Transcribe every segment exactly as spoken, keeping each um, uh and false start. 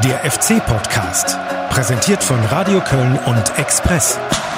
Der F C-Podcast, präsentiert von Radio Köln und Express.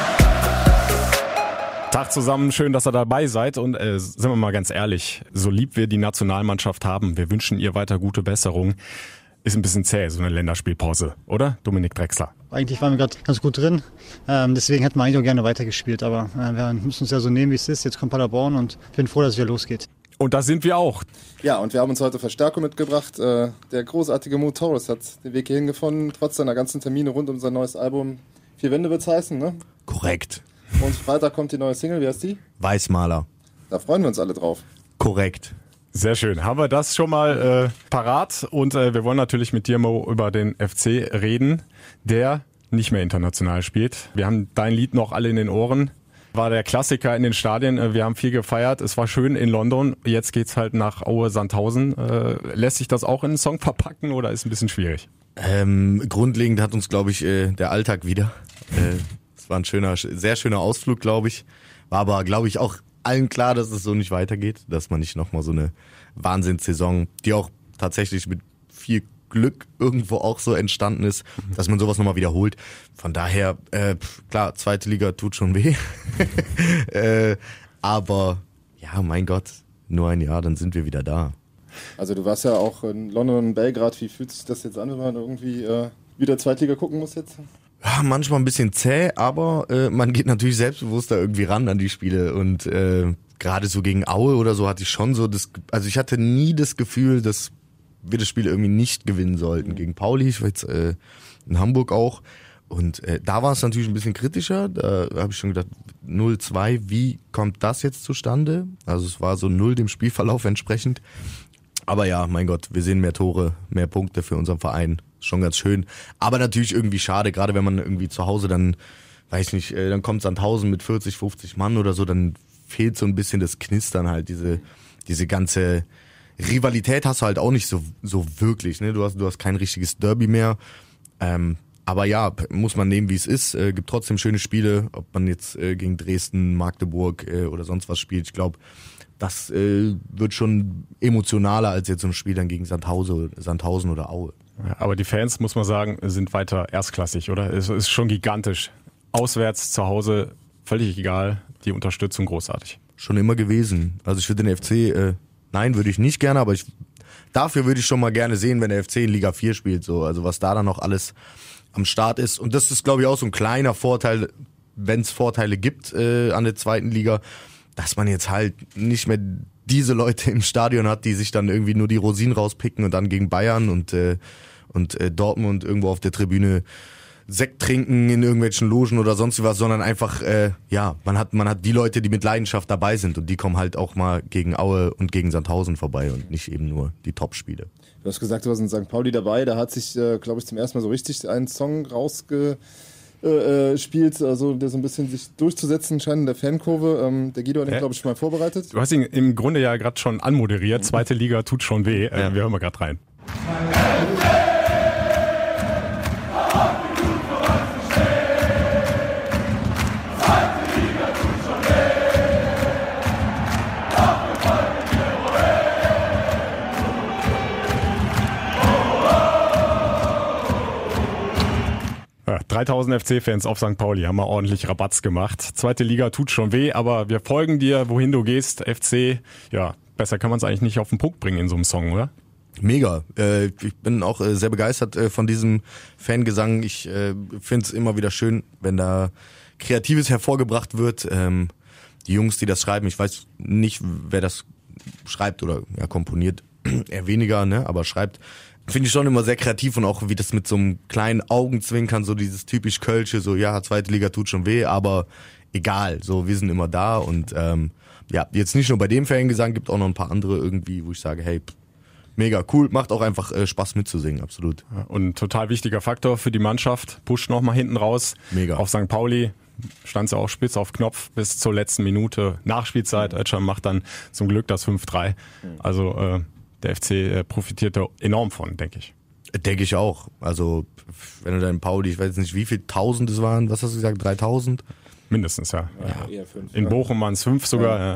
Tag zusammen, schön, dass ihr dabei seid und äh, sind wir mal ganz ehrlich, so lieb wir die Nationalmannschaft haben, wir wünschen ihr weiter gute Besserung. Ist ein bisschen zäh, so eine Länderspielpause, oder? Dominik Drexler. Eigentlich waren wir gerade ganz gut drin, ähm, deswegen hätten wir eigentlich auch gerne weitergespielt, aber äh, wir müssen es ja so nehmen, wie es ist. Jetzt kommt Paderborn und ich bin froh, dass es wieder losgeht. Und da sind wir auch. Ja, und wir haben uns heute Verstärkung mitgebracht. Äh, der großartige Mo Torres hat den Weg hierhin gefunden, trotz seiner ganzen Termine rund um sein neues Album. Vier Wände wird's heißen, ne? Korrekt. Und Freitag kommt die neue Single, wie heißt die? Weißmaler. Da freuen wir uns alle drauf. Korrekt. Sehr schön. Haben wir das schon mal äh, parat? Und äh, wir wollen natürlich mit dir, Mo, über den F C reden, der nicht mehr international spielt. Wir haben dein Lied noch alle in den Ohren. War der Klassiker in den Stadien. Wir haben viel gefeiert. Es war schön in London. Jetzt geht's halt nach Aue-Sandhausen. Äh, lässt sich das auch in einen Song verpacken oder ist ein bisschen schwierig? Ähm, grundlegend hat uns, glaube ich, äh, der Alltag wieder. Äh, es war ein schöner, sehr schöner Ausflug, glaube ich. War aber, glaube ich, auch allen klar, dass es so nicht weitergeht. Dass man nicht nochmal so eine Wahnsinnssaison, die auch tatsächlich mit viel Glück irgendwo auch so entstanden ist, dass man sowas nochmal wiederholt. Von daher, äh, klar, zweite Liga tut schon weh. äh, aber, ja, mein Gott, nur ein Jahr, dann sind wir wieder da. Also du warst ja auch in London und Belgrad. Wie fühlt sich das jetzt an, wenn man irgendwie äh, wieder Zweitliga gucken muss jetzt? Ja, manchmal ein bisschen zäh, aber äh, man geht natürlich selbstbewusster irgendwie ran an die Spiele. Und äh, gerade so gegen Aue oder so hatte ich schon so das, also ich hatte nie das Gefühl, dass wir das Spiel irgendwie nicht gewinnen sollten. Mhm. Gegen Pauli, ich war jetzt äh, in Hamburg auch. Und äh, da war es natürlich ein bisschen kritischer. Da habe ich schon gedacht, null zwei, wie kommt das jetzt zustande? Also es war so null dem Spielverlauf entsprechend. Aber ja, mein Gott, wir sehen mehr Tore, mehr Punkte für unseren Verein. Schon ganz schön. Aber natürlich irgendwie schade, gerade wenn man irgendwie zu Hause dann, weiß nicht, äh, dann kommt Sandhausen mit vierzig, fünfzig Mann oder so, dann fehlt so ein bisschen das Knistern halt, diese, diese ganze Rivalität hast du halt auch nicht so so wirklich, ne? Du hast du hast kein richtiges Derby mehr. Ähm, aber ja, muss man nehmen, wie es ist. Äh, gibt trotzdem schöne Spiele, ob man jetzt äh, gegen Dresden, Magdeburg äh, oder sonst was spielt. Ich glaube, das äh, wird schon emotionaler als jetzt so ein Spiel dann gegen Sandhausen, Sandhausen oder Aue. Ja, aber die Fans, muss man sagen, sind weiter erstklassig, oder? Es ist schon gigantisch. Auswärts, zu Hause, völlig egal. Die Unterstützung großartig. Schon immer gewesen. Also ich würde den F C äh, Nein, würde ich nicht gerne, aber ich, dafür würde ich schon mal gerne sehen, wenn der F C in Liga vier spielt, so, also was da dann noch alles am Start ist. Und das ist, glaube ich, auch so ein kleiner Vorteil, wenn es Vorteile gibt äh, an der zweiten Liga, dass man jetzt halt nicht mehr diese Leute im Stadion hat, die sich dann irgendwie nur die Rosinen rauspicken und dann gegen Bayern und, äh, und äh, Dortmund irgendwo auf der Tribüne Sekt trinken in irgendwelchen Logen oder sonst was, sondern einfach, äh, ja, man hat man hat die Leute, die mit Leidenschaft dabei sind und die kommen halt auch mal gegen Aue und gegen Sandhausen vorbei und nicht eben nur die Top-Spiele. Du hast gesagt, du warst in Sankt Pauli dabei, da hat sich, äh, glaube ich, zum ersten Mal so richtig ein Song rausgespielt, äh, also der so ein bisschen sich durchzusetzen scheint in der Fankurve. Ähm, der Guido hat den, glaube ich, schon mal vorbereitet. Du hast ihn im Grunde ja gerade schon anmoderiert, zweite Liga tut schon weh, äh, ja. Wir hören mal gerade rein. dreitausend F C-Fans auf Sankt Pauli haben wir ordentlich Rabatz gemacht. Zweite Liga tut schon weh, aber wir folgen dir, wohin du gehst. F C, ja, besser kann man es eigentlich nicht auf den Punkt bringen in so einem Song, oder? Mega. Äh, ich bin auch äh, sehr begeistert äh, von diesem Fangesang. Ich äh, finde es immer wieder schön, wenn da Kreatives hervorgebracht wird. Ähm, die Jungs, die das schreiben, ich weiß nicht, wer das schreibt oder ja, komponiert, eher weniger, ne, aber schreibt. Finde ich schon immer sehr kreativ und auch wie das mit so einem kleinen Augenzwinkern, so dieses typisch Kölsche, so ja, zweite Liga tut schon weh, aber egal, so wir sind immer da und ähm, ja, jetzt nicht nur bei dem Fangesang, gibt auch noch ein paar andere irgendwie, wo ich sage, hey, pff, mega cool, macht auch einfach äh, Spaß mitzusingen, absolut. Und ein total wichtiger Faktor für die Mannschaft, Push nochmal hinten raus, mega. Auf Sankt Pauli stand sie auch spitz auf Knopf bis zur letzten Minute Nachspielzeit, Özcan macht dann zum Glück das fünf drei, also äh, der F C profitiert da enorm von, denke ich. Denke ich auch. Also, wenn du dann Pauli, ich weiß nicht, wie viel Tausend es waren, was hast du gesagt, dreitausend? Mindestens, ja. ja, ja. Eher fünf, in ja. Bochum waren es fünf sogar. Ja. Ja.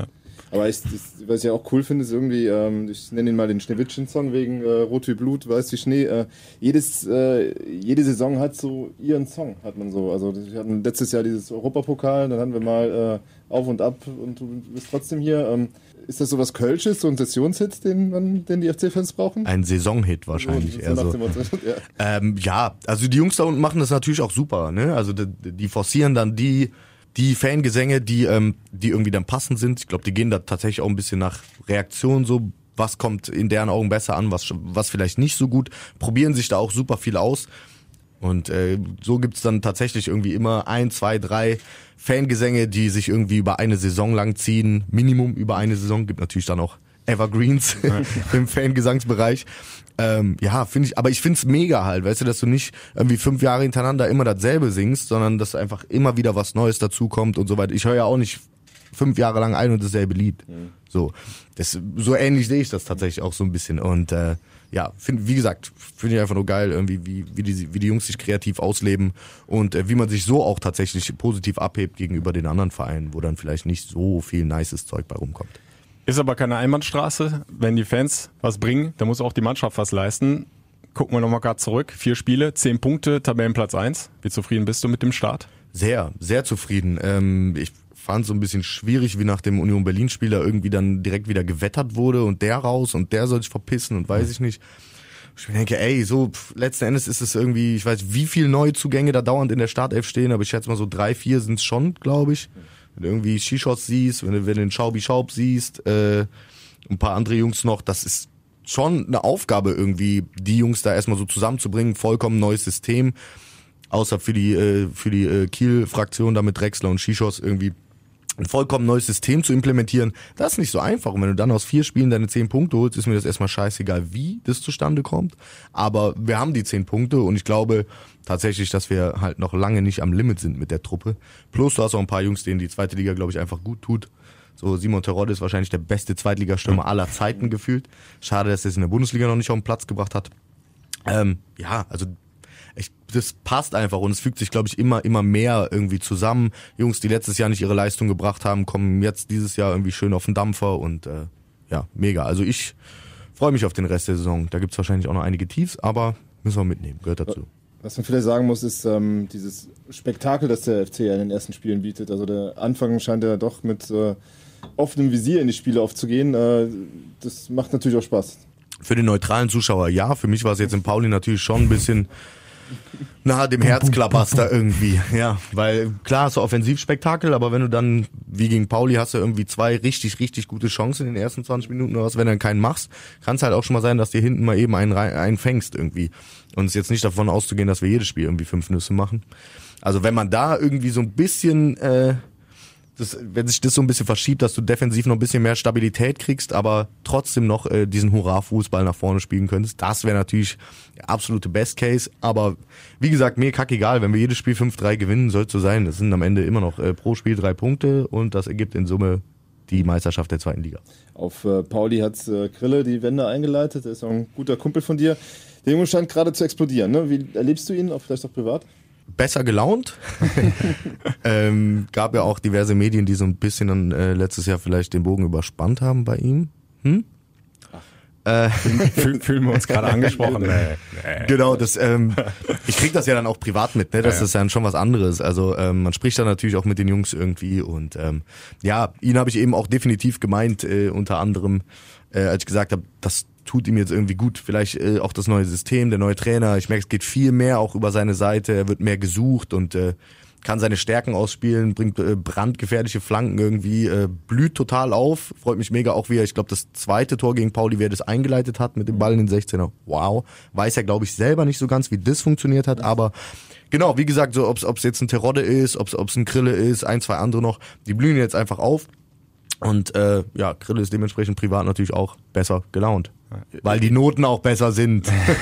Aber ich, ich, was ich auch cool finde, ist irgendwie, ähm, ich nenne ihn mal den Schneewittchen-Song wegen äh, Rot wie Blut, Weiß wie Schnee. Äh, jedes, äh, jede Saison hat so ihren Song, hat man so. Also wir hatten letztes Jahr dieses Europapokal, dann hatten wir mal äh, Auf und Ab und du bist trotzdem hier. Ähm, ist das so was Kölsches, so ein Sessionshit, den, man, den die F C-Fans brauchen? Ein Saisonhit wahrscheinlich. So, eher so. Ja. Ähm, ja, also die Jungs da unten machen das natürlich auch super. Ne? Also die, die forcieren dann die, die Fangesänge, die, ähm, die irgendwie dann passend sind. Ich glaube, die gehen da tatsächlich auch ein bisschen nach Reaktion so. Was kommt in deren Augen besser an, was, was vielleicht nicht so gut. Probieren sich da auch super viel aus. Und äh, so gibt's dann tatsächlich irgendwie immer ein, zwei, drei Fangesänge, die sich irgendwie über eine Saison lang ziehen. Minimum über eine Saison. Gibt natürlich dann auch Evergreens im Fangesangsbereich. Ähm, ja, finde ich, aber ich find's mega halt, weißt du, dass du nicht irgendwie fünf Jahre hintereinander immer dasselbe singst, sondern dass einfach immer wieder was Neues dazukommt und so weiter. Ich höre ja auch nicht fünf Jahre lang ein und dasselbe Lied. Mhm. So, das, so ähnlich sehe ich das tatsächlich auch so ein bisschen. Und äh, ja, find, wie gesagt, finde ich einfach nur geil, irgendwie, wie, wie, die, wie die Jungs sich kreativ ausleben und äh, wie man sich so auch tatsächlich positiv abhebt gegenüber den anderen Vereinen, wo dann vielleicht nicht so viel nices Zeug bei rumkommt. Ist aber keine Einbahnstraße. Wenn die Fans was bringen, dann muss auch die Mannschaft was leisten. Gucken wir nochmal gerade zurück. Vier Spiele, zehn Punkte, Tabellenplatz eins. Wie zufrieden bist du mit dem Start? Sehr, sehr zufrieden. Ähm, ich fand es so ein bisschen schwierig, wie nach dem Union Berlin-Spiel da irgendwie dann direkt wieder gewettert wurde und der raus und der soll sich verpissen und weiß ich nicht. Ich denke, ey, so pff, letzten Endes ist es irgendwie, ich weiß, wie viele neue Zugänge da dauernd in der Startelf stehen, aber ich schätze mal so drei, vier sind es schon, glaube ich. Wenn du irgendwie Shishos siehst, wenn du, wenn du den Schaubi Schaub siehst, äh, ein paar andere Jungs noch, das ist schon eine Aufgabe irgendwie, die Jungs da erstmal so zusammenzubringen, vollkommen neues System, außer für die, äh, für die äh, Kiel-Fraktion da mit Drexler und Shishos irgendwie ein vollkommen neues System zu implementieren, das ist nicht so einfach. Und wenn du dann aus vier Spielen deine zehn Punkte holst, ist mir das erstmal scheißegal, wie das zustande kommt. Aber wir haben die zehn Punkte und ich glaube tatsächlich, dass wir halt noch lange nicht am Limit sind mit der Truppe. Plus du hast auch ein paar Jungs, denen die zweite Liga, glaube ich, einfach gut tut. So Simon Terodde ist wahrscheinlich der beste Zweitligastürmer aller Zeiten gefühlt. Schade, dass er es in der Bundesliga noch nicht auf den Platz gebracht hat. Ähm, ja, also Ich, das passt einfach und es fügt sich, glaube ich, immer, immer mehr irgendwie zusammen. Jungs, die letztes Jahr nicht ihre Leistung gebracht haben, kommen jetzt dieses Jahr irgendwie schön auf den Dampfer und äh, ja, mega. Also ich freue mich auf den Rest der Saison. Da gibt's wahrscheinlich auch noch einige Tiefs, aber müssen wir mitnehmen, gehört dazu. Was man vielleicht sagen muss, ist ähm, dieses Spektakel, das der F C ja in den ersten Spielen bietet. Also der Anfang scheint ja doch mit äh, offenem Visier in die Spiele aufzugehen. Äh, das macht natürlich auch Spaß. Für den neutralen Zuschauer ja, für mich war es jetzt in Pauli natürlich schon ein bisschen nahe dem Herzklabaster irgendwie, ja, weil klar, so Offensivspektakel, aber wenn du dann, wie gegen Pauli, hast du irgendwie zwei richtig, richtig gute Chancen in den ersten zwanzig Minuten oder was, wenn du dann keinen machst, kann es halt auch schon mal sein, dass dir hinten mal eben einen, rein, einen fängst irgendwie und es ist jetzt nicht davon auszugehen, dass wir jedes Spiel irgendwie fünf Nüsse machen. Also wenn man da irgendwie so ein bisschen äh, Das, wenn sich das so ein bisschen verschiebt, dass du defensiv noch ein bisschen mehr Stabilität kriegst, aber trotzdem noch äh, diesen Hurra-Fußball nach vorne spielen könntest, das wäre natürlich der absolute Best Case. Aber wie gesagt, mir kackegal, wenn wir jedes Spiel fünf drei gewinnen, soll es so sein. Das sind am Ende immer noch äh, pro Spiel drei Punkte und das ergibt in Summe die Meisterschaft der zweiten Liga. Auf äh, Pauli hat äh, Krille die Wende eingeleitet, der ist auch ein guter Kumpel von dir. Der Junge scheint gerade zu explodieren, ne? Wie erlebst du ihn, auch vielleicht auch privat? Besser gelaunt. ähm, gab ja auch diverse Medien, die so ein bisschen dann äh, letztes Jahr vielleicht den Bogen überspannt haben bei ihm. Hm? Äh, Fühl, fühlen wir uns gerade angesprochen? Nee, nee. Genau, das, ähm, ich krieg das ja dann auch privat mit, ne? Das ja, ja. ist dann schon was anderes. Also ähm, man spricht dann natürlich auch mit den Jungs irgendwie und ähm, ja, ihn habe ich eben auch definitiv gemeint, äh, unter anderem, äh, als ich gesagt habe, das tut ihm jetzt irgendwie gut, vielleicht äh, auch das neue System, der neue Trainer. Ich merke, es geht viel mehr auch über seine Seite, er wird mehr gesucht und äh, kann seine Stärken ausspielen, bringt äh, brandgefährliche Flanken irgendwie, äh, blüht total auf. Freut mich mega auch, wie er, ich glaube, das zweite Tor gegen Pauli, wie er das eingeleitet hat mit dem Ball in den sechzehner. Wow. Weiß er, glaube ich, selber nicht so ganz, wie das funktioniert hat, aber genau, wie gesagt, so ob es jetzt ein Terodde ist, ob es ein Krille ist, ein, zwei andere noch, die blühen jetzt einfach auf. Und äh, ja, Krille ist dementsprechend privat natürlich auch besser gelaunt. Weil die Noten auch besser sind.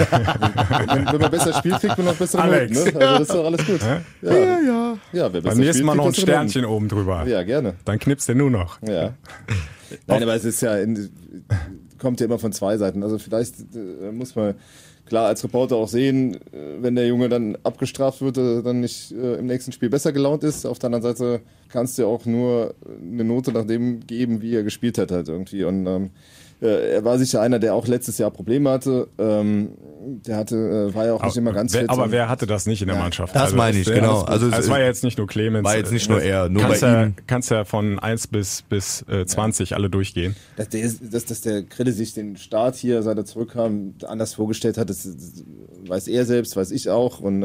wenn, wenn man besser spielt, kriegt man auch bessere Alex. Noten. Ne? Also das ist doch alles gut. Ja, Ja, ja. ja wer besser Beim nächsten spielt, Mal noch ein kriegt bessere Sternchen oben drüber. Noten. Ja, gerne. Dann knippst du nur noch. Ja. Nein, aber es ist ja, in, kommt ja immer von zwei Seiten. Also vielleicht äh, muss man klar als Reporter auch sehen, äh, wenn der Junge dann abgestraft wird, äh, dann nicht äh, im nächsten Spiel besser gelaunt ist. Auf der anderen Seite kannst du ja auch nur eine Note nach dem geben, wie er gespielt hat halt irgendwie. Und ähm, äh, er war sicher einer, der auch letztes Jahr Probleme hatte. Ähm, der hatte, äh, war ja auch nicht immer ganz wer, fit. Aber wer hatte das nicht in der Mannschaft? Das meine ich, genau. Also, Also es es war ja jetzt nicht nur Clemens. war jetzt nicht nur er, nur kannst bei ja, ihm. Kannst ja von eins bis, bis äh, zwanzig alle durchgehen. Dass der, dass, dass der Krille sich den Start hier, seit er zurückkam, anders vorgestellt hat, das, das weiß er selbst, weiß ich auch. Und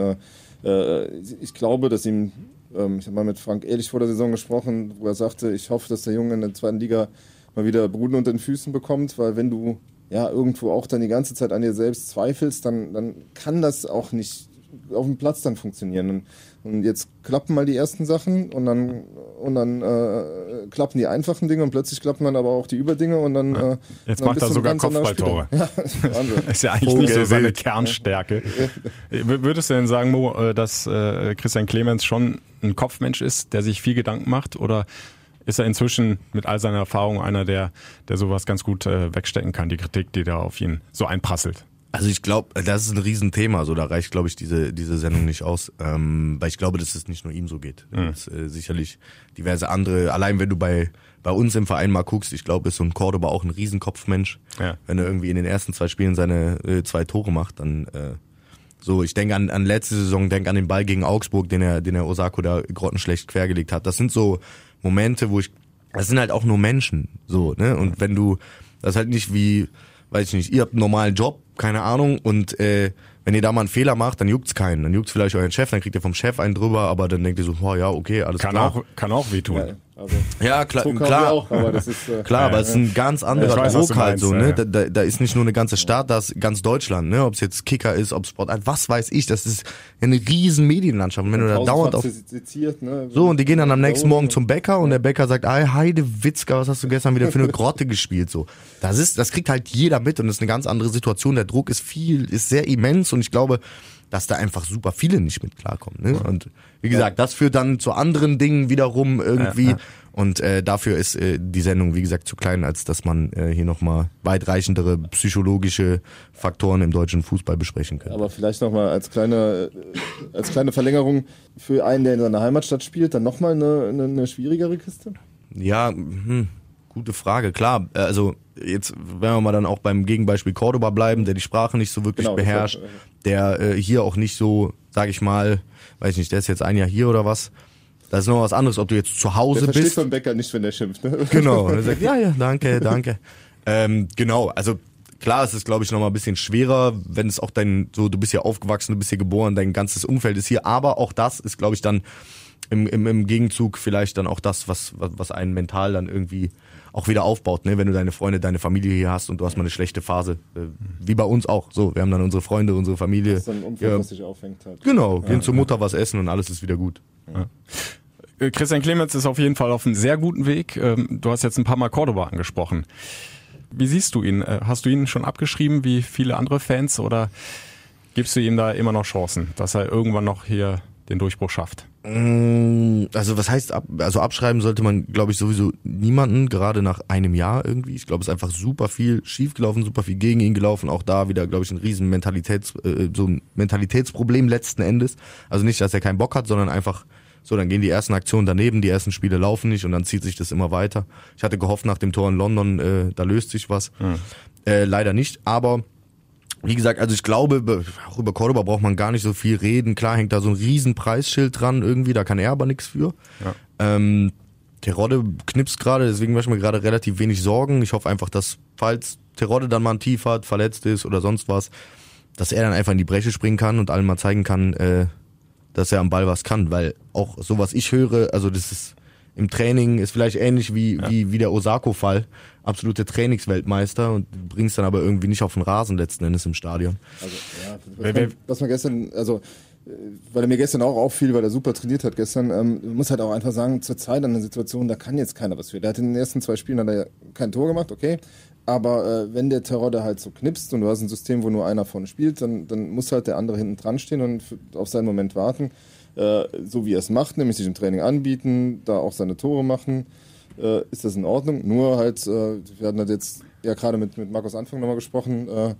äh, ich glaube, dass ihm, ähm, ich habe mal mit Frank Ehrlich vor der Saison gesprochen, wo er sagte, ich hoffe, dass der Junge in der zweiten Liga mal wieder Boden unter den Füßen bekommt, weil wenn du ja irgendwo auch dann die ganze Zeit an dir selbst zweifelst, dann, dann kann das auch nicht auf dem Platz dann funktionieren. Und, und jetzt klappen mal die ersten Sachen und dann, und dann äh, klappen die einfachen Dinge und plötzlich klappen dann aber auch die Überdinge und dann Ja. äh, Jetzt dann macht bist er du ein sogar ganz anderer Kopfballtore. Spieler. Ja, Wahnsinn. Ist ja eigentlich nicht so seine Vogelwild. Kernstärke. W- Würdest du denn sagen, Mo, äh, dass äh, Christian Clemens schon ein Kopfmensch ist, der sich viel Gedanken macht? Oder ist er inzwischen mit all seiner Erfahrung einer, der, der sowas ganz gut äh, wegstecken kann, die Kritik, die da auf ihn so einprasselt? Also ich glaube, das ist ein Riesenthema. So, da reicht, glaube ich, diese diese Sendung nicht aus, ähm, weil ich glaube, dass es nicht nur ihm so geht. Da gibt's, äh, sicherlich diverse andere. Allein wenn du bei bei uns im Verein mal guckst, ich glaube, ist so ein Cordoba auch ein Riesenkopfmensch. Ja. Wenn er irgendwie in den ersten zwei Spielen seine äh, zwei Tore macht, dann äh, so. Ich denke an an letzte Saison, denke an den Ball gegen Augsburg, den er den er Osako da grottenschlecht quergelegt hat. Das sind so Momente, wo ich, das sind halt auch nur Menschen, so, ne? Und wenn du, das ist halt nicht wie, weiß ich nicht, ihr habt einen normalen Job, keine Ahnung, und äh, wenn ihr da mal einen Fehler macht, dann juckt's keinen. Dann juckt's vielleicht euren Chef, dann kriegt ihr vom Chef einen drüber, aber dann denkt ihr so, oh ja, okay, alles Kann klar. auch, kann auch wehtun. Ja, also, Ja, klar, Druck haben wir klar. auch, aber das ist, äh, Klar, aber es ist ein ganz anderer Ich weiß, was Druck du halt meinst, so, ja, ne? ja. Da, da, da ist nicht nur eine ganze Stadt, da ist ganz Deutschland, ne? Ob es jetzt Kicker ist, ob Sport, was weiß ich, das ist eine riesen Medienlandschaft. Und wenn du da dauernd auf seziert, ne? so, und die gehen dann am nächsten Morgen zum Bäcker und der Bäcker sagt, ey, Heide Witzka, was hast du gestern wieder für eine Grotte gespielt, so. Das ist, das kriegt halt jeder mit und das ist eine ganz andere Situation. Der Druck ist viel, ist sehr immens und ich glaube, dass da einfach super viele nicht mit klarkommen, ne? Und wie gesagt, das führt dann zu anderen Dingen wiederum irgendwie. Ja, ja. Und äh, dafür ist äh, die Sendung, wie gesagt, zu klein, als dass man äh, hier nochmal weitreichendere psychologische Faktoren im deutschen Fußball besprechen könnte. Aber vielleicht nochmal als kleine, äh, als kleine Verlängerung für einen, der in seiner Heimatstadt spielt, dann nochmal eine, eine, eine schwierigere Kiste? Ja, hm, gute Frage. Klar, äh, also jetzt, wenn wir mal dann auch beim Gegenbeispiel Cordoba bleiben, der die Sprache nicht so wirklich Genau, das beherrscht, war- der äh, hier auch nicht so, sag ich mal, weiß nicht, der ist jetzt ein Jahr hier oder was. Das ist noch was anderes, ob du jetzt zu Hause Der versteht bist. vom Bäcker nicht, wenn der schimpft. Ne? Genau. Und er sagt, ja, ja, danke, danke. ähm, genau, also klar, es ist, glaube ich, noch mal ein bisschen schwerer, wenn es auch dein, so, du bist hier aufgewachsen, du bist hier geboren, dein ganzes Umfeld ist hier, aber auch das ist, glaube ich, dann im, im, im Gegenzug vielleicht dann auch das, was, was, was einen mental dann irgendwie auch wieder aufbaut, ne? Wenn du deine Freunde, deine Familie hier hast und du hast mal eine schlechte Phase, äh, wie bei uns auch. So, wir haben dann unsere Freunde, unsere Familie. Das ist dann ein Umfeld, Ja, was sich aufhängt hat. genau, gehen zur Mutter was essen und alles ist wieder gut. Äh, Christian Clemens ist auf jeden Fall auf einem sehr guten Weg. Ähm, Du hast jetzt ein paar Mal Cordoba angesprochen. Wie siehst du ihn? Äh, Hast du ihn schon abgeschrieben wie viele andere Fans oder gibst du ihm da immer noch Chancen, dass er irgendwann noch hier den Durchbruch schafft? Also was heißt, ab, also abschreiben sollte man, glaube ich, sowieso niemanden, gerade nach einem Jahr irgendwie. Ich glaube, es ist einfach super viel schiefgelaufen, super viel gegen ihn gelaufen. Auch da wieder, glaube ich, ein riesen Mentalitäts, äh, so ein Mentalitätsproblem letzten Endes. Also nicht, dass er keinen Bock hat, sondern einfach so, dann gehen die ersten Aktionen daneben, die ersten Spiele laufen nicht und dann zieht sich das immer weiter. Ich hatte gehofft nach dem Tor in London, äh, da löst sich was. Hm. Äh, leider nicht, aber wie gesagt, also ich glaube, auch über Cordoba braucht man gar nicht so viel reden. Klar hängt da so ein riesen Preisschild dran irgendwie, da kann er aber nichts für. Ja. Ähm, Terodde knipst gerade, deswegen mache ich mir gerade relativ wenig Sorgen. Ich hoffe einfach, dass falls Terodde dann mal ein Tief hat, verletzt ist oder sonst was, dass er dann einfach in die Bresche springen kann und allen mal zeigen kann, äh, dass er am Ball was kann. Weil auch so, was ich höre, also das ist im Training, ist vielleicht ähnlich wie, Ja. wie, wie der Osako-Fall. Absolute Trainingsweltmeister und bringst dann aber irgendwie nicht auf den Rasen letzten Endes im Stadion. Also, ja, Wer- was, wer- man, was man gestern, also, äh, weil er mir gestern auch auffiel, weil er super trainiert hat gestern, ähm, man muss halt auch einfach sagen, zur Zeit an der Situation, da kann jetzt keiner was für. Der hat in den ersten zwei Spielen hat er kein Tor gemacht, okay. Aber äh, wenn der Terodde halt so knipst und du hast ein System, wo nur einer vorne spielt, dann, dann muss halt der andere hinten dran stehen und auf seinen Moment warten. Äh, so wie er es macht, nämlich sich im Training anbieten, da auch seine Tore machen, äh, ist das in Ordnung. Nur halt, äh, wir hatten halt jetzt ja gerade mit, mit Markus Anfang nochmal gesprochen, äh,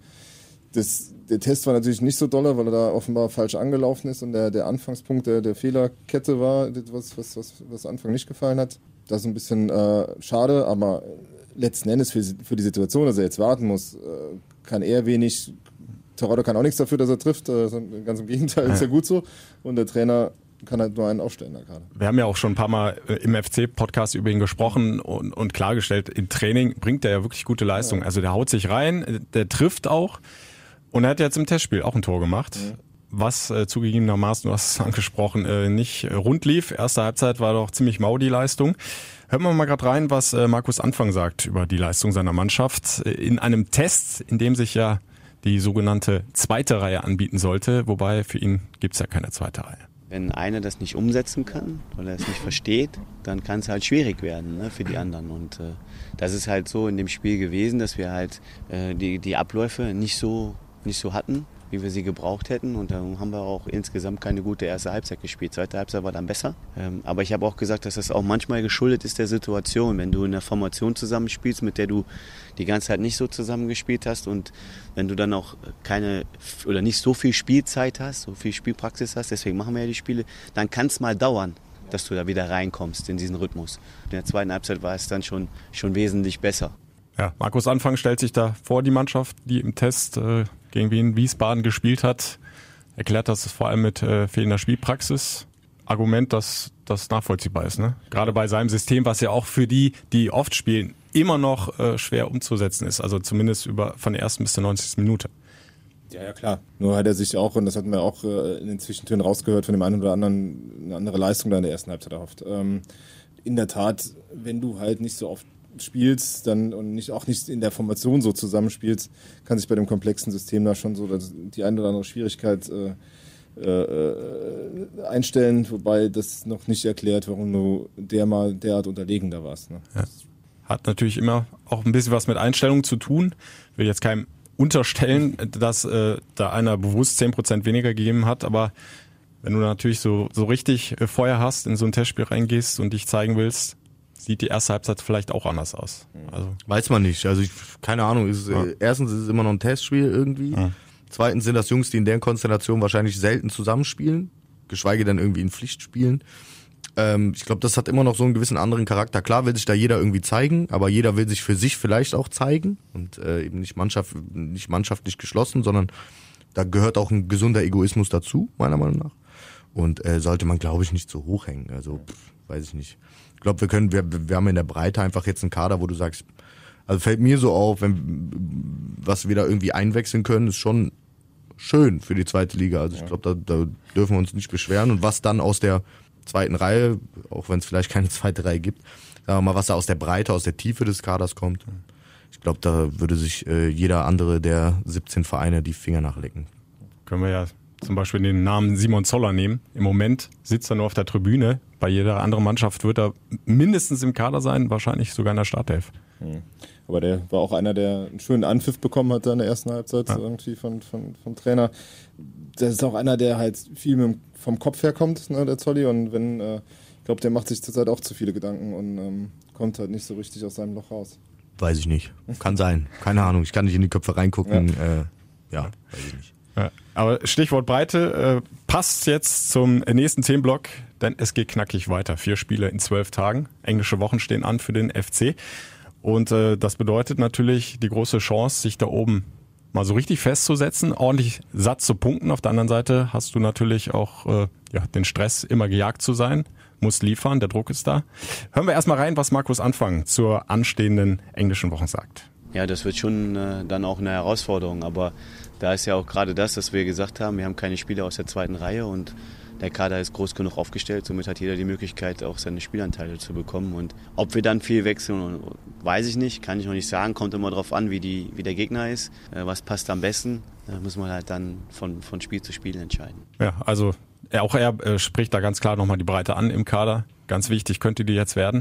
das, der Test war natürlich nicht so dolle, weil er da offenbar falsch angelaufen ist und der, der Anfangspunkt der, der Fehlerkette war, was, was, was, was Anfang nicht gefallen hat. Das ist ein bisschen äh, schade, aber letzten Endes für, für die Situation, dass er jetzt warten muss, äh, kann er wenig. Terodde kann auch nichts dafür, dass er trifft. Äh, ganz im Gegenteil, ja. Ist ja gut so. Und der Trainer kann halt nur einen aufstellen da gerade. Wir haben ja auch schon ein paar Mal im F C-Podcast über ihn gesprochen und, und klargestellt, im Training bringt er ja wirklich gute Leistung. Ja. Also der haut sich rein, der trifft auch. Und er hat jetzt im Testspiel auch ein Tor gemacht. Ja. Was äh, zugegebenermaßen, du hast es angesprochen, äh, nicht äh, rund lief. Erste Halbzeit war doch ziemlich mau die Leistung. Hören wir mal gerade rein, was äh, Markus Anfang sagt über die Leistung seiner Mannschaft äh, in einem Test, in dem sich ja die sogenannte zweite Reihe anbieten sollte. Wobei für ihn gibt's ja keine zweite Reihe. Wenn einer das nicht umsetzen kann oder es nicht versteht, dann kann es halt schwierig werden, ne, für die anderen. Und äh, das ist halt so in dem Spiel gewesen, dass wir halt äh, die, die Abläufe nicht so, nicht so hatten, wie wir sie gebraucht hätten. Und dann haben wir auch insgesamt keine gute erste Halbzeit gespielt. Zweite Halbzeit war dann besser. Ähm, aber ich habe auch gesagt, dass das auch manchmal geschuldet ist der Situation. Wenn du in der Formation zusammenspielst, mit der du die ganze Zeit nicht so zusammengespielt hast und wenn du dann auch keine oder nicht so viel Spielzeit hast, so viel Spielpraxis hast, deswegen machen wir ja die Spiele, dann kann es mal dauern, dass du da wieder reinkommst in diesen Rhythmus. In der zweiten Halbzeit war es dann schon, schon wesentlich besser. Ja, Markus Anfang stellt sich da vor die Mannschaft, die im Test äh, gegen Wien Wiesbaden gespielt hat. Erklärt das vor allem mit äh, fehlender Spielpraxis. Argument, dass das nachvollziehbar ist, ne? Gerade bei seinem System, was ja auch für die, die oft spielen, immer noch äh, schwer umzusetzen ist. Also zumindest über von der ersten bis zur neunzigsten Minute. Ja, ja, klar. Nur hat er sich auch, und das hatten wir auch äh, in den Zwischentönen rausgehört, von dem einen oder anderen eine andere Leistung da in der ersten Halbzeit erhofft. Ähm, in der Tat, wenn du halt nicht so oft spielst dann und nicht auch nicht in der Formation so zusammenspielst, kann sich bei dem komplexen System da schon so die eine oder andere Schwierigkeit äh, äh, einstellen, wobei das noch nicht erklärt, warum du der mal derart unterlegen da warst. Ne? Ja. Hat natürlich immer auch ein bisschen was mit Einstellung zu tun. Will jetzt keinem unterstellen, dass äh, da einer bewusst zehn Prozent weniger gegeben hat, aber wenn du natürlich so, so richtig äh, Feuer hast, in so ein Testspiel reingehst und dich zeigen willst, sieht die erste Halbzeit vielleicht auch anders aus. Also weiß man nicht. Also ich, keine Ahnung. Ist, ja. äh, erstens ist es immer noch ein Testspiel irgendwie. Ja. Zweitens sind das Jungs, die in der Konstellation wahrscheinlich selten zusammenspielen, geschweige denn irgendwie in Pflichtspielen. Ähm, ich glaube, das hat immer noch so einen gewissen anderen Charakter. Klar will sich da jeder irgendwie zeigen, aber jeder will sich für sich vielleicht auch zeigen und äh, eben nicht, Mannschaft, nicht mannschaftlich geschlossen, sondern da gehört auch ein gesunder Egoismus dazu, meiner Meinung nach. Und äh, sollte man, glaube ich, nicht so hochhängen. Also pff, weiß ich nicht. Ich glaube, wir können, wir, wir haben in der Breite einfach jetzt einen Kader, wo du sagst, also fällt mir so auf, wenn was wir da irgendwie einwechseln können, ist schon schön für die zweite Liga. Also ich glaube, da, da dürfen wir uns nicht beschweren. Und was dann aus der zweiten Reihe, auch wenn es vielleicht keine zweite Reihe gibt, sagen wir mal, was da aus der Breite, aus der Tiefe des Kaders kommt, ich glaube, da würde sich äh, jeder andere der siebzehn Vereine die Finger nachlecken. Können wir ja zum Beispiel den Namen Simon Zoller nehmen. Im Moment sitzt er nur auf der Tribüne. Bei jeder anderen Mannschaft wird er mindestens im Kader sein, wahrscheinlich sogar in der Startelf. Hm. Aber der war auch einer, der einen schönen Anpfiff bekommen hat in der ersten Halbzeit ja. irgendwie von, von, vom Trainer. Das ist auch einer, der halt viel mit, vom Kopf herkommt, ne, der Zolli. Und wenn, äh, ich glaube, der macht sich zurzeit auch zu viele Gedanken und ähm, kommt halt nicht so richtig aus seinem Loch raus. Weiß ich nicht. Kann sein. Keine Ahnung. Ich kann nicht in die Köpfe reingucken. Ja, äh, ja weiß ich nicht. Ja, aber Stichwort Breite äh, passt jetzt zum nächsten Themenblock, denn es geht knackig weiter. Vier Spiele in zwölf Tagen. Englische Wochen stehen an für den F C. Und äh, das bedeutet natürlich die große Chance, sich da oben mal so richtig festzusetzen, ordentlich satt zu punkten. Auf der anderen Seite hast du natürlich auch äh, ja, den Stress, immer gejagt zu sein, musst liefern, der Druck ist da. Hören wir erstmal rein, was Markus Anfang zur anstehenden englischen Woche sagt. Ja, das wird schon äh, dann auch eine Herausforderung, aber da ist ja auch gerade das, was wir gesagt haben, wir haben keine Spieler aus der zweiten Reihe und der Kader ist groß genug aufgestellt, somit hat jeder die Möglichkeit, auch seine Spielanteile zu bekommen. Und ob wir dann viel wechseln, weiß ich nicht, kann ich noch nicht sagen, kommt immer darauf an, wie, die, wie der Gegner ist, was passt am besten, da muss man halt dann von, von Spiel zu Spiel entscheiden. Ja, also auch er äh, spricht da ganz klar nochmal die Breite an im Kader, ganz wichtig könnte die jetzt werden.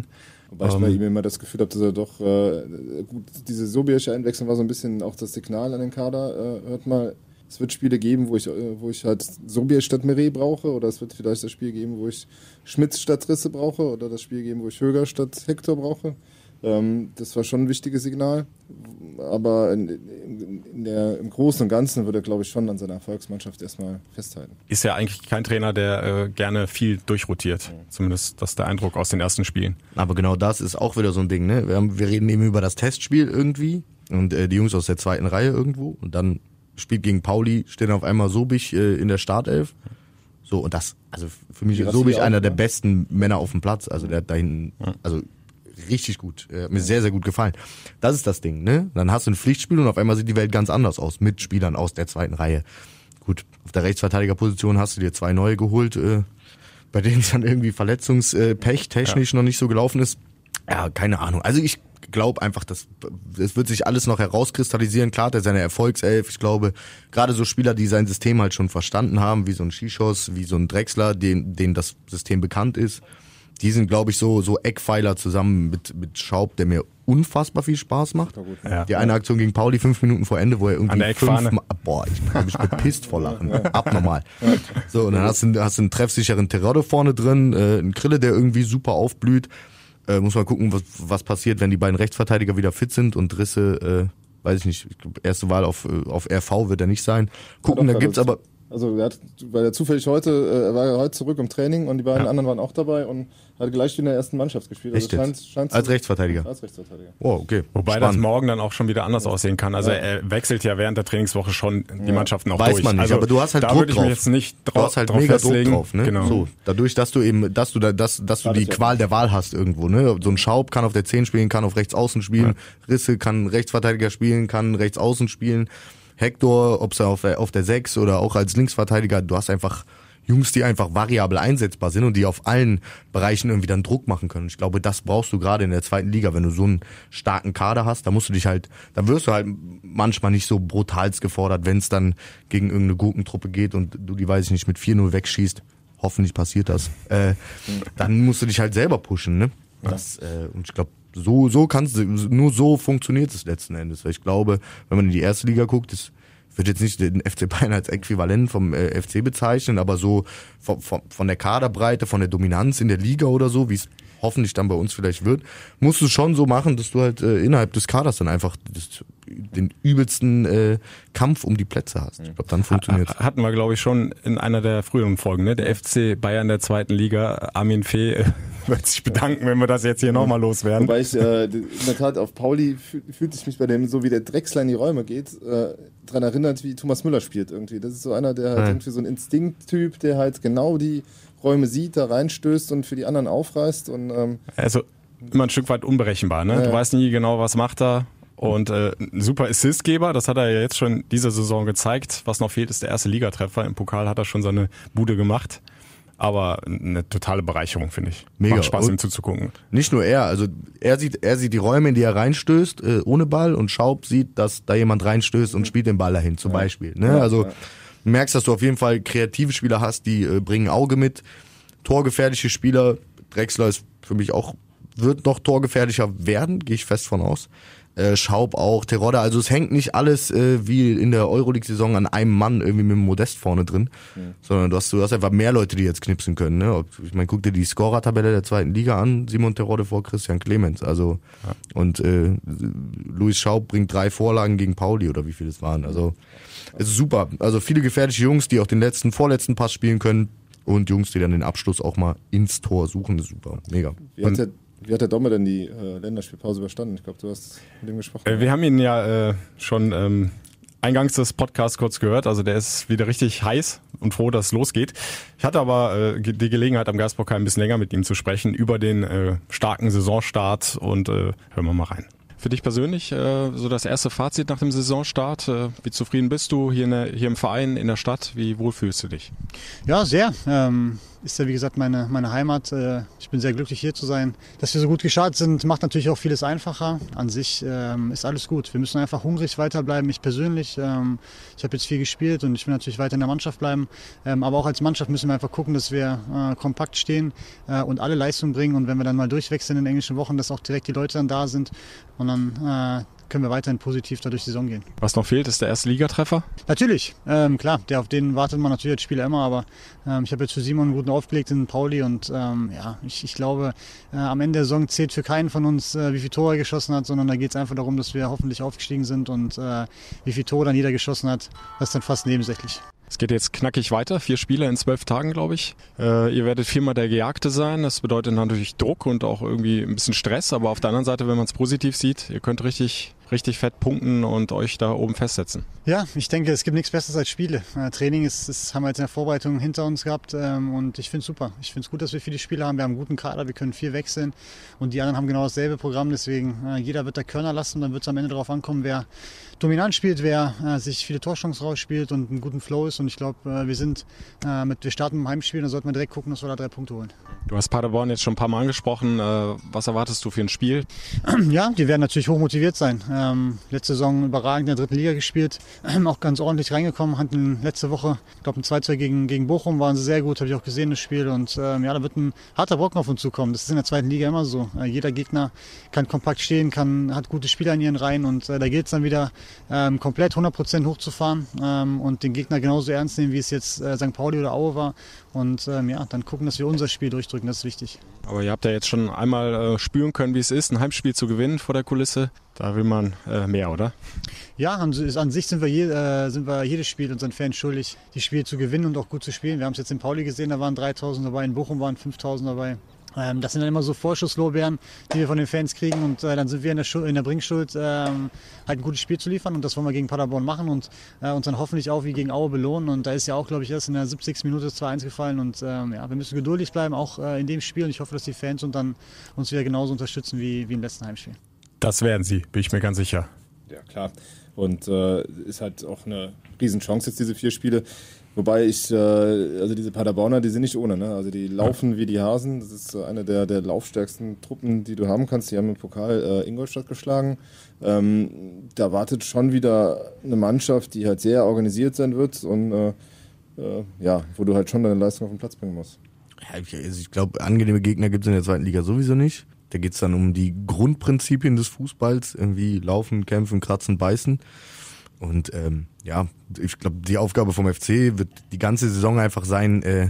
Wobei ich ähm, bei ihm immer das Gefühl habe, dass er doch, äh, gut, diese Sobiesche Einwechslung war so ein bisschen auch das Signal an den Kader, äh, hört mal, es wird Spiele geben, wo ich, äh, wo ich halt Sobier statt Meret brauche, oder es wird vielleicht das Spiel geben, wo ich Schmitz statt Risse brauche, oder das Spiel geben, wo ich Höger statt Hector brauche. Ähm, das war schon ein wichtiges Signal, aber in, in, in der, im Großen und Ganzen würde er, glaube ich, schon an seiner Erfolgsmannschaft erstmal festhalten. Ist ja eigentlich kein Trainer, der äh, gerne viel durchrotiert. Ja. Zumindest das ist der Eindruck aus den ersten Spielen. Aber genau das ist auch wieder so ein Ding, ne? Wir, haben, wir reden eben über das Testspiel irgendwie und äh, die Jungs aus der zweiten Reihe irgendwo und dann spielt gegen Pauli, stehen auf einmal Sobich äh, in der Startelf. So, und das, also für mich ist Sobich einer der besten Männer auf dem Platz. Also der hat da hinten, also richtig gut. Äh, hat mir sehr, sehr gut gefallen. Das ist das Ding, ne? Dann hast du ein Pflichtspiel und auf einmal sieht die Welt ganz anders aus mit Spielern aus der zweiten Reihe. Gut, auf der Rechtsverteidigerposition hast du dir zwei neue geholt, äh, bei denen es dann irgendwie Verletzungspech technisch ja. noch nicht so gelaufen ist. Ja, keine Ahnung. Also ich glaube einfach, dass es wird sich alles noch herauskristallisieren. Klar hat er seine Erfolgself. Ich glaube, gerade so Spieler, die sein System halt schon verstanden haben, wie so ein Schischos, wie so ein Drexler, denen, denen das System bekannt ist, die sind, glaube ich, so so Eckpfeiler zusammen mit mit Schaub, der mir unfassbar viel Spaß macht. Ja. Die eine Aktion gegen Pauli fünf Minuten vor Ende, wo er irgendwie fünf Mal, boah, ich habe mich bepisst vor Lachen, abnormal. So, und dann hast du hast du einen treffsicheren Terodde vorne drin, äh, einen Krille, der irgendwie super aufblüht. Äh, muss mal gucken, was was passiert, wenn die beiden Rechtsverteidiger wieder fit sind und Risse, äh, weiß ich nicht, ich glaub, erste Wahl auf auf R V wird er nicht sein. Gucken, da gibt's aber Also er hat, weil er zufällig heute, äh, er war ja heute zurück im Training und die beiden ja. anderen waren auch dabei und hat gleich in der ersten Mannschaft gespielt. Also scheint, scheint als Rechtsverteidiger? Als Rechtsverteidiger. Oh, okay. Wobei Spannend. das morgen dann auch schon wieder anders ja. aussehen kann. Also ja. er wechselt ja während der Trainingswoche schon die ja. Mannschaften auch Weiß durch. Man nicht, also aber du hast halt da Druck würde ich drauf. mich jetzt nicht drauf, du hast halt drauf mega festlegen. Druck drauf, ne? Genau. So, dadurch, dass du eben, dass du da, dass, dass du die Qual der Wahl hast irgendwo, ne? So ein Schaub kann auf der zehn spielen, kann auf rechts außen spielen, ja. Risse kann Rechtsverteidiger spielen, kann rechts außen spielen. Hector, ob es auf, auf der sechs oder auch als Linksverteidiger, du hast einfach Jungs, die einfach variabel einsetzbar sind und die auf allen Bereichen irgendwie dann Druck machen können. Ich glaube, das brauchst du gerade in der zweiten Liga, wenn du so einen starken Kader hast, da musst du dich halt, da wirst du halt manchmal nicht so brutalst gefordert, wenn es dann gegen irgendeine Gurkentruppe geht und du die, weiß ich nicht, mit vier null wegschießt. Hoffentlich passiert das. Äh, dann musst du dich halt selber pushen, ne? Das, äh, und ich glaube, so, so kannst du, nur so funktioniert es letzten Endes. Weil ich glaube, wenn man in die erste Liga guckt, ist, ich würde jetzt nicht den F C Bayern als Äquivalent vom äh, F C bezeichnen, aber so von, von, von der Kaderbreite, von der Dominanz in der Liga oder so, wie es hoffentlich dann bei uns vielleicht wird, musst du es schon so machen, dass du halt äh, innerhalb des Kaders dann einfach das, den übelsten äh, Kampf um die Plätze hast. Ich glaube, dann funktioniert es. Hatten wir, glaube ich, schon in einer der früheren Folgen, ne? Der F C Bayern der zweiten Liga, Armin Fee äh, wird sich bedanken, wenn wir das jetzt hier nochmal loswerden. Wobei ich äh, in der Tat auf Pauli fühl, fühlt sich mich bei dem, so wie der Drexler in die Räume geht, äh, daran erinnert, wie Thomas Müller spielt irgendwie. Das ist so einer, der halt ja. irgendwie so ein Instinkttyp, der halt genau die Räume sieht, da reinstößt und für die anderen aufreißt. Und, ähm also immer ein Stück weit unberechenbar, ne? Ja, du weißt nie genau, was macht er. Und äh, ein super Assistgeber, das hat er ja jetzt schon diese Saison gezeigt. Was noch fehlt, ist der erste Ligatreffer. Im Pokal hat er schon seine Bude gemacht. Aber eine totale Bereicherung, finde ich. Mega. Macht Spaß, und ihm zuzugucken. Nicht nur er, also er sieht, er sieht die Räume, in die er reinstößt, äh, ohne Ball, und Schaub sieht, dass da jemand reinstößt und spielt den Ball dahin, zum ja. Beispiel. Ne? Ja, also ja. du merkst, dass du auf jeden Fall kreative Spieler hast, die äh, bringen Auge mit. Torgefährliche Spieler, Drexler ist für mich auch, wird noch torgefährlicher werden, gehe ich fest von aus. Äh, Schaub auch, Terodde, also es hängt nicht alles äh, wie in der Euroleague-Saison an einem Mann irgendwie mit dem Modest vorne drin, mhm. sondern du hast, du hast einfach mehr Leute, die jetzt knipsen können. Ne? Ich meine, guck dir die Scorer-Tabelle der zweiten Liga an, Simon Terodde vor Christian Clemens, also ja. und äh, Luis Schaub bringt drei Vorlagen gegen Pauli oder wie viele es waren, also es ist super, also viele gefährliche Jungs, die auch den letzten, vorletzten Pass spielen können und Jungs, die dann den Abschluss auch mal ins Tor suchen, das ist super, mega. Wie hat der, wie hat der Domme denn die äh, Länderspielpause überstanden? Ich glaube, du hast mit dem gesprochen. Äh, wir haben ihn ja äh, schon ähm, eingangs des Podcasts kurz gehört, also der ist wieder richtig heiß und froh, dass es losgeht. Ich hatte aber äh, die Gelegenheit, am Geistpokal ein bisschen länger mit ihm zu sprechen über den äh, starken Saisonstart und äh, hören wir mal rein. Für dich persönlich äh, so das erste Fazit nach dem Saisonstart. Äh, wie zufrieden bist du hier, in der, hier im Verein, in der Stadt? Wie wohl fühlst du dich? Ja, sehr. Ähm, ist ja wie gesagt meine, meine Heimat. Ich bin sehr glücklich hier zu sein. Dass wir so gut gestartet sind, macht natürlich auch vieles einfacher. An sich ähm, ist alles gut. Wir müssen einfach hungrig weiterbleiben. Ich persönlich, ähm, ich habe jetzt viel gespielt und ich will natürlich weiter in der Mannschaft bleiben. Ähm, aber auch als Mannschaft müssen wir einfach gucken, dass wir äh, kompakt stehen äh, und alle Leistung bringen. Und wenn wir dann mal durchwechseln in den englischen Wochen, dass auch direkt die Leute dann da sind und dann äh, können wir weiterhin positiv da durch die Saison gehen. Was noch fehlt, ist der erste Ligatreffer? Natürlich, ähm, klar, der, auf den wartet man natürlich als Spieler immer, aber ähm, ich habe jetzt für Simon einen guten aufgelegt in Pauli und ähm, ja, ich, ich glaube, äh, am Ende der Saison zählt für keinen von uns, äh, wie viele Tore er geschossen hat, sondern da geht es einfach darum, dass wir hoffentlich aufgestiegen sind und äh, wie viele Tore dann jeder geschossen hat, das ist dann fast nebensächlich. Es geht jetzt knackig weiter, vier Spiele in zwölf Tagen, glaube ich. Äh, ihr werdet viermal der Gejagte sein, das bedeutet natürlich Druck und auch irgendwie ein bisschen Stress, aber auf der anderen Seite, wenn man es positiv sieht, ihr könnt richtig, richtig fett punkten und euch da oben festsetzen. Ja, ich denke, es gibt nichts Besseres als Spiele. Äh, Training ist, ist, haben wir jetzt in der Vorbereitung hinter uns gehabt ähm, und ich finde es super. Ich finde es gut, dass wir viele Spiele haben. Wir haben einen guten Kader, wir können viel wechseln und die anderen haben genau dasselbe Programm. Deswegen, äh, jeder wird da Körner lassen, dann wird es am Ende darauf ankommen, wer dominant spielt, wer äh, sich viele Torchancen rausspielt und einen guten Flow ist. Und ich glaube, äh, wir sind äh, mit, wir starten mit dem Heimspiel, dann sollten wir direkt gucken, dass wir da drei Punkte holen. Du hast Paderborn jetzt schon ein paar Mal angesprochen. Äh, was erwartest du für ein Spiel? Ja, die werden natürlich hoch motiviert sein. Ähm, letzte Saison überragend in der dritten Liga gespielt, ähm, auch ganz ordentlich reingekommen, hatten letzte Woche, ich glaube ein zwei zwei gegen, gegen Bochum, waren sie sehr gut, habe ich auch gesehen, das Spiel. Und ähm, ja, da wird ein harter Brocken auf uns zukommen. Das ist in der zweiten Liga immer so. Äh, jeder Gegner kann kompakt stehen, kann, hat gute Spieler in ihren Reihen und äh, da gilt es dann wieder ähm, komplett hundert Prozent hochzufahren ähm, und den Gegner genauso ernst nehmen, wie es jetzt äh, Sankt Pauli oder Aue war. Und ähm, ja, dann gucken, dass wir unser Spiel durchdrücken, das ist wichtig. Aber ihr habt ja jetzt schon einmal äh, spüren können, wie es ist, ein Heimspiel zu gewinnen vor der Kulisse. Da will man äh, mehr, oder? Ja, an, an sich sind wir, je, äh, sind wir jedes Spiel unseren Fans schuldig, die Spiele zu gewinnen und auch gut zu spielen. Wir haben es jetzt in Pauli gesehen, da waren dreitausend dabei, in Bochum waren fünftausend dabei. Ähm, das sind dann immer so Vorschusslorbeeren, die wir von den Fans kriegen und äh, dann sind wir in der, Schuld, in der Bringschuld, ähm, halt ein gutes Spiel zu liefern und das wollen wir gegen Paderborn machen und äh, uns dann hoffentlich auch wie gegen Aue belohnen und da ist ja auch, glaube ich, erst in der siebzigsten Minute zwei eins gefallen und ähm, ja, wir müssen geduldig bleiben, auch äh, in dem Spiel und ich hoffe, dass die Fans und dann uns wieder genauso unterstützen wie, wie im letzten Heimspiel. Das werden sie, bin ich mir ganz sicher. Ja, klar. Und äh, ist halt auch eine Riesenchance jetzt, diese vier Spiele. Wobei ich, äh, also diese Paderborner, die sind nicht ohne, ne? Also die laufen wie die Hasen. Das ist eine der, der laufstärksten Truppen, die du haben kannst. Die haben im Pokal äh, Ingolstadt geschlagen. Ähm, da wartet schon wieder eine Mannschaft, die halt sehr organisiert sein wird und äh, äh, ja, wo du halt schon deine Leistung auf den Platz bringen musst. Ja, ich, also ich glaube, angenehme Gegner gibt es in der zweiten Liga sowieso nicht. Da geht es dann um die Grundprinzipien des Fußballs, irgendwie laufen, kämpfen, kratzen, beißen. Und ähm, ja, ich glaube, die Aufgabe vom F C wird die ganze Saison einfach sein, äh,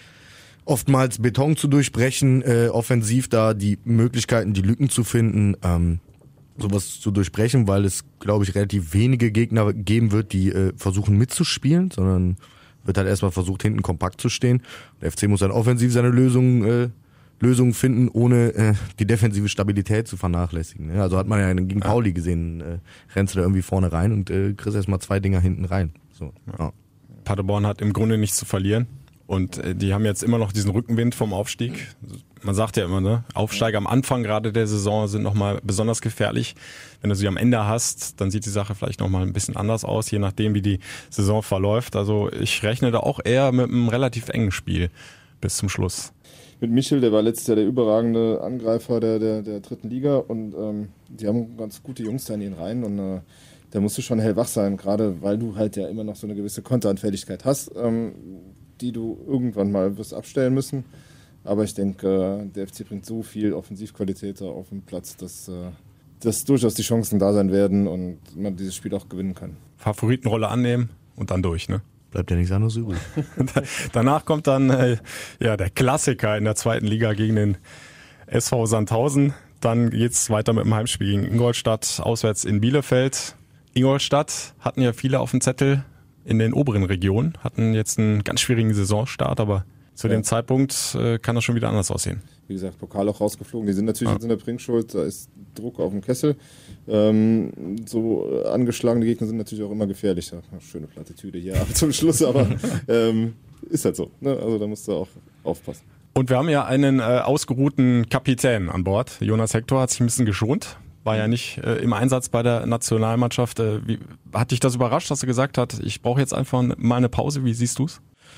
oftmals Beton zu durchbrechen, äh, offensiv da die Möglichkeiten, die Lücken zu finden, ähm, sowas zu durchbrechen, weil es, glaube ich, relativ wenige Gegner geben wird, die äh, versuchen mitzuspielen, sondern wird halt erstmal versucht, hinten kompakt zu stehen. Der F C muss dann offensiv seine Lösungen äh, Lösungen finden, ohne äh, die defensive Stabilität zu vernachlässigen. Ja, also hat man ja gegen Pauli gesehen, äh, rennst du da irgendwie vorne rein und äh, kriegst erstmal zwei Dinger hinten rein. So, ja. Paderborn hat im Grunde nichts zu verlieren und äh, die haben jetzt immer noch diesen Rückenwind vom Aufstieg. Man sagt ja immer, ne, Aufsteiger am Anfang gerade der Saison sind nochmal besonders gefährlich. Wenn du sie am Ende hast, dann sieht die Sache vielleicht nochmal ein bisschen anders aus, je nachdem wie die Saison verläuft. Also ich rechne da auch eher mit einem relativ engen Spiel bis zum Schluss. Mit Michel, der war letztes Jahr der überragende Angreifer der, der, der dritten Liga und ähm, die haben ganz gute Jungs da in den Reihen und äh, da musst du schon hellwach sein, gerade weil du halt ja immer noch so eine gewisse Konteranfälligkeit hast, ähm, die du irgendwann mal wirst abstellen müssen. Aber ich denke, äh, der F C bringt so viel Offensivqualität da auf den Platz, dass, äh, dass durchaus die Chancen da sein werden und man dieses Spiel auch gewinnen kann. Favoritenrolle annehmen und dann durch, ne? Bleibt ja nichts anderes übrig. Danach kommt dann äh, ja der Klassiker in der zweiten Liga gegen den S V Sandhausen. Dann geht's weiter mit dem Heimspiel gegen Ingolstadt, auswärts in Bielefeld. Ingolstadt hatten ja viele auf dem Zettel in den oberen Regionen, hatten jetzt einen ganz schwierigen Saisonstart, aber zu ja. dem Zeitpunkt äh, kann das schon wieder anders aussehen. Wie gesagt, Pokal auch rausgeflogen. Die sind natürlich ja. jetzt in der Bringschuld, da ist Druck auf dem Kessel. Ähm, so angeschlagene Gegner sind natürlich auch immer gefährlich. Schöne Plattitüde hier aber zum Schluss, aber ähm, ist halt so. Ne? Also da musst du auch aufpassen. Und wir haben ja einen äh, ausgeruhten Kapitän an Bord. Jonas Hector hat sich ein bisschen geschont. War ja nicht äh, im Einsatz bei der Nationalmannschaft. Äh, wie, hat dich das überrascht, dass er gesagt hat, ich brauche jetzt einfach mal eine Pause? Wie siehst du's?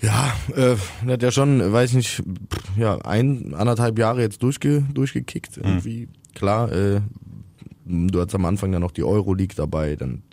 Ja, äh, er hat ja schon, weiß nicht, ja, ein, anderthalb Jahre jetzt durchge, durchgekickt irgendwie. Mhm. Klar, äh, du hattest am Anfang dann noch die Euroleague dabei, dann,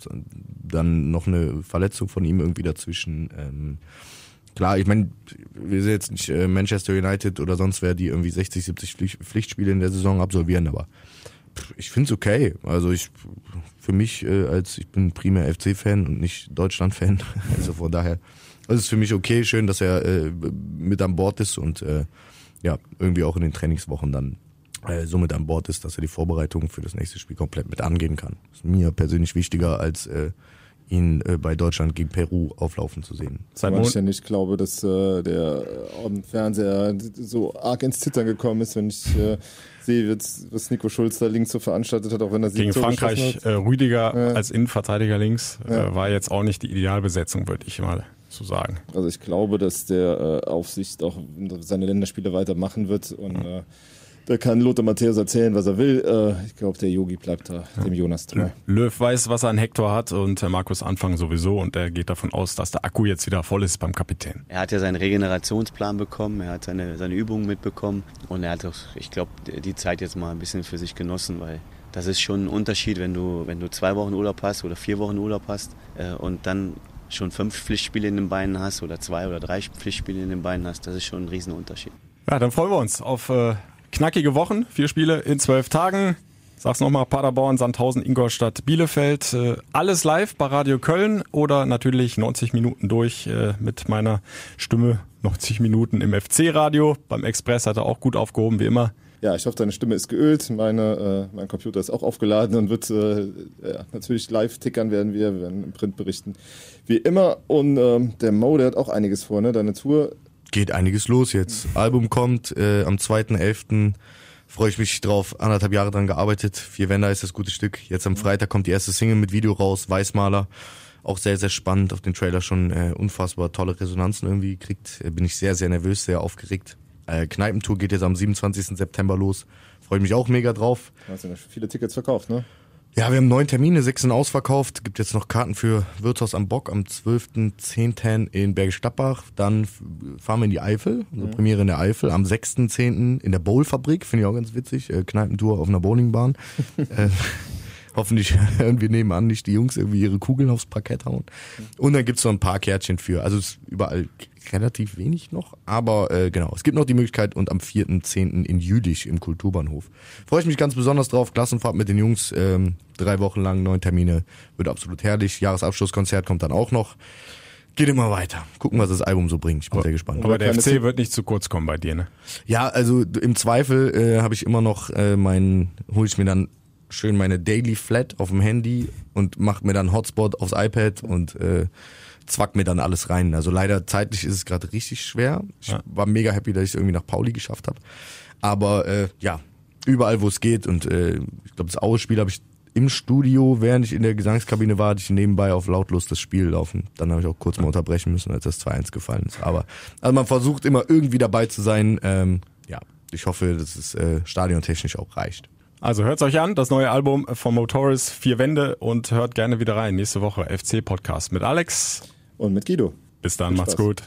dann noch eine Verletzung von ihm irgendwie dazwischen. Ähm, klar, ich meine, wir sind jetzt nicht äh, Manchester United oder sonst wer, die irgendwie sechzig, siebzig Pflichtspiele in der Saison absolvieren, aber ich find's okay. Also ich, für mich äh, als, ich bin primär F C-Fan und nicht Deutschland-Fan, also von daher, also es ist für mich okay, schön, dass er äh, mit an Bord ist und äh, ja, irgendwie auch in den Trainingswochen dann äh, so mit an Bord ist, dass er die Vorbereitung für das nächste Spiel komplett mit angehen kann. Das ist mir persönlich wichtiger, als äh, ihn äh, bei Deutschland gegen Peru auflaufen zu sehen. Weil ich ja nicht glaube, dass äh, der äh, Fernseher so arg ins Zittern gekommen ist, wenn ich äh, sehe, was Nico Schulz da links so veranstaltet hat, auch wenn er gegen Frankreich äh, Rüdiger ja. als Innenverteidiger links äh, ja. war jetzt auch nicht die Idealbesetzung, würde ich mal so sagen. Also ich glaube, dass der äh, Aufsicht auch seine Länderspiele weitermachen wird und mhm. äh, da kann Lothar Matthäus erzählen, was er will. Äh, ich glaube, der Yogi bleibt da dem Jonas treu. Löw weiß, was er an Hector hat und Markus Anfang sowieso und er geht davon aus, dass der Akku jetzt wieder voll ist beim Kapitän. Er hat ja seinen Regenerationsplan bekommen, er hat seine, seine Übungen mitbekommen und er hat auch, ich glaube, die Zeit jetzt mal ein bisschen für sich genossen, weil das ist schon ein Unterschied, wenn du, wenn du zwei Wochen Urlaub hast oder vier Wochen Urlaub hast äh, und dann schon fünf Pflichtspiele in den Beinen hast oder zwei oder drei Pflichtspiele in den Beinen hast. Das ist schon ein Riesenunterschied. Ja, dann freuen wir uns auf äh, knackige Wochen. Vier Spiele in zwölf Tagen. Sag's nochmal, Paderborn, Sandhausen, Ingolstadt, Bielefeld. Äh, alles live bei Radio Köln oder natürlich neunzig Minuten durch äh, mit meiner Stimme. neunzig Minuten im F C-Radio. Beim Express hat er auch gut aufgehoben, wie immer. Ja, ich hoffe, deine Stimme ist geölt. Meine, äh, mein Computer ist auch aufgeladen und wird äh, ja, natürlich live tickern werden wir. Wir werden im Print berichten. Wie immer. Und ähm, der Mo, der hat auch einiges vor, ne? Deine Tour. Geht einiges los jetzt. Album kommt äh, am zweiten elften Freue ich mich drauf. Anderthalb Jahre dran gearbeitet. Vier Wände ist das gute Stück. Jetzt am Freitag kommt die erste Single mit Video raus. Weißmaler. Auch sehr, sehr spannend. Auf den Trailer schon äh, unfassbar tolle Resonanzen irgendwie gekriegt. Äh, bin ich sehr, sehr nervös, sehr aufgeregt. Äh, Kneipentour geht jetzt am siebenundzwanzigsten September los. Freue mich auch mega drauf. Du hast ja viele Tickets verkauft, ne? Ja, wir haben neun Termine, sechs sind ausverkauft. Gibt jetzt noch Karten für Wirtshaus am Bock am zwölften zehnten in Bergisch Gladbach. Dann fahren wir in die Eifel, unsere mhm. Premiere in der Eifel. Am sechsten zehnten in der Bowlfabrik, finde ich auch ganz witzig. Äh, Kneipentour auf einer Bowlingbahn. äh, hoffentlich hören wir nebenan nicht die Jungs irgendwie ihre Kugeln aufs Parkett hauen. Und dann gibt's noch ein paar Kärtchen für. Also es ist überall relativ wenig noch, aber äh, genau, es gibt noch die Möglichkeit und am vierten zehnten in Jülich im Kulturbahnhof. Freue ich mich ganz besonders drauf, Klassenfahrt mit den Jungs, ähm, drei Wochen lang, neun Termine, wird absolut herrlich. Jahresabschlusskonzert kommt dann auch noch. Geht immer weiter. Gucken, was das Album so bringt. Ich bin aber, sehr gespannt. Aber der F C wird nicht zu kurz kommen bei dir, ne? Ja, also im Zweifel äh, habe ich immer noch äh, meinen, hole ich mir dann schön meine Daily Flat auf dem Handy und mache mir dann Hotspot aufs iPad und äh, zwack mir dann alles rein. Also leider zeitlich ist es gerade richtig schwer. Ich ja. war mega happy, dass ich es irgendwie nach Pauli geschafft habe. Aber äh, ja, überall wo es geht und äh, ich glaube das Aue-Spiel habe ich im Studio, während ich in der Gesangskabine war, hatte ich nebenbei auf lautlos das Spiel laufen. Dann habe ich auch kurz mal unterbrechen müssen, als das zwei eins gefallen ist. Aber also man versucht immer irgendwie dabei zu sein. Ähm, ja, ich hoffe, dass es äh, stadiontechnisch auch reicht. Also hört's euch an, das neue Album von Motoris, Vier Wände und hört gerne wieder rein. Nächste Woche F C-Podcast mit Alex. Und mit Guido. Bis dann, macht's gut.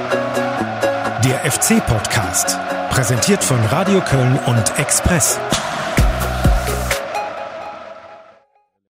Der F C-Podcast, präsentiert von Radio Köln und Express.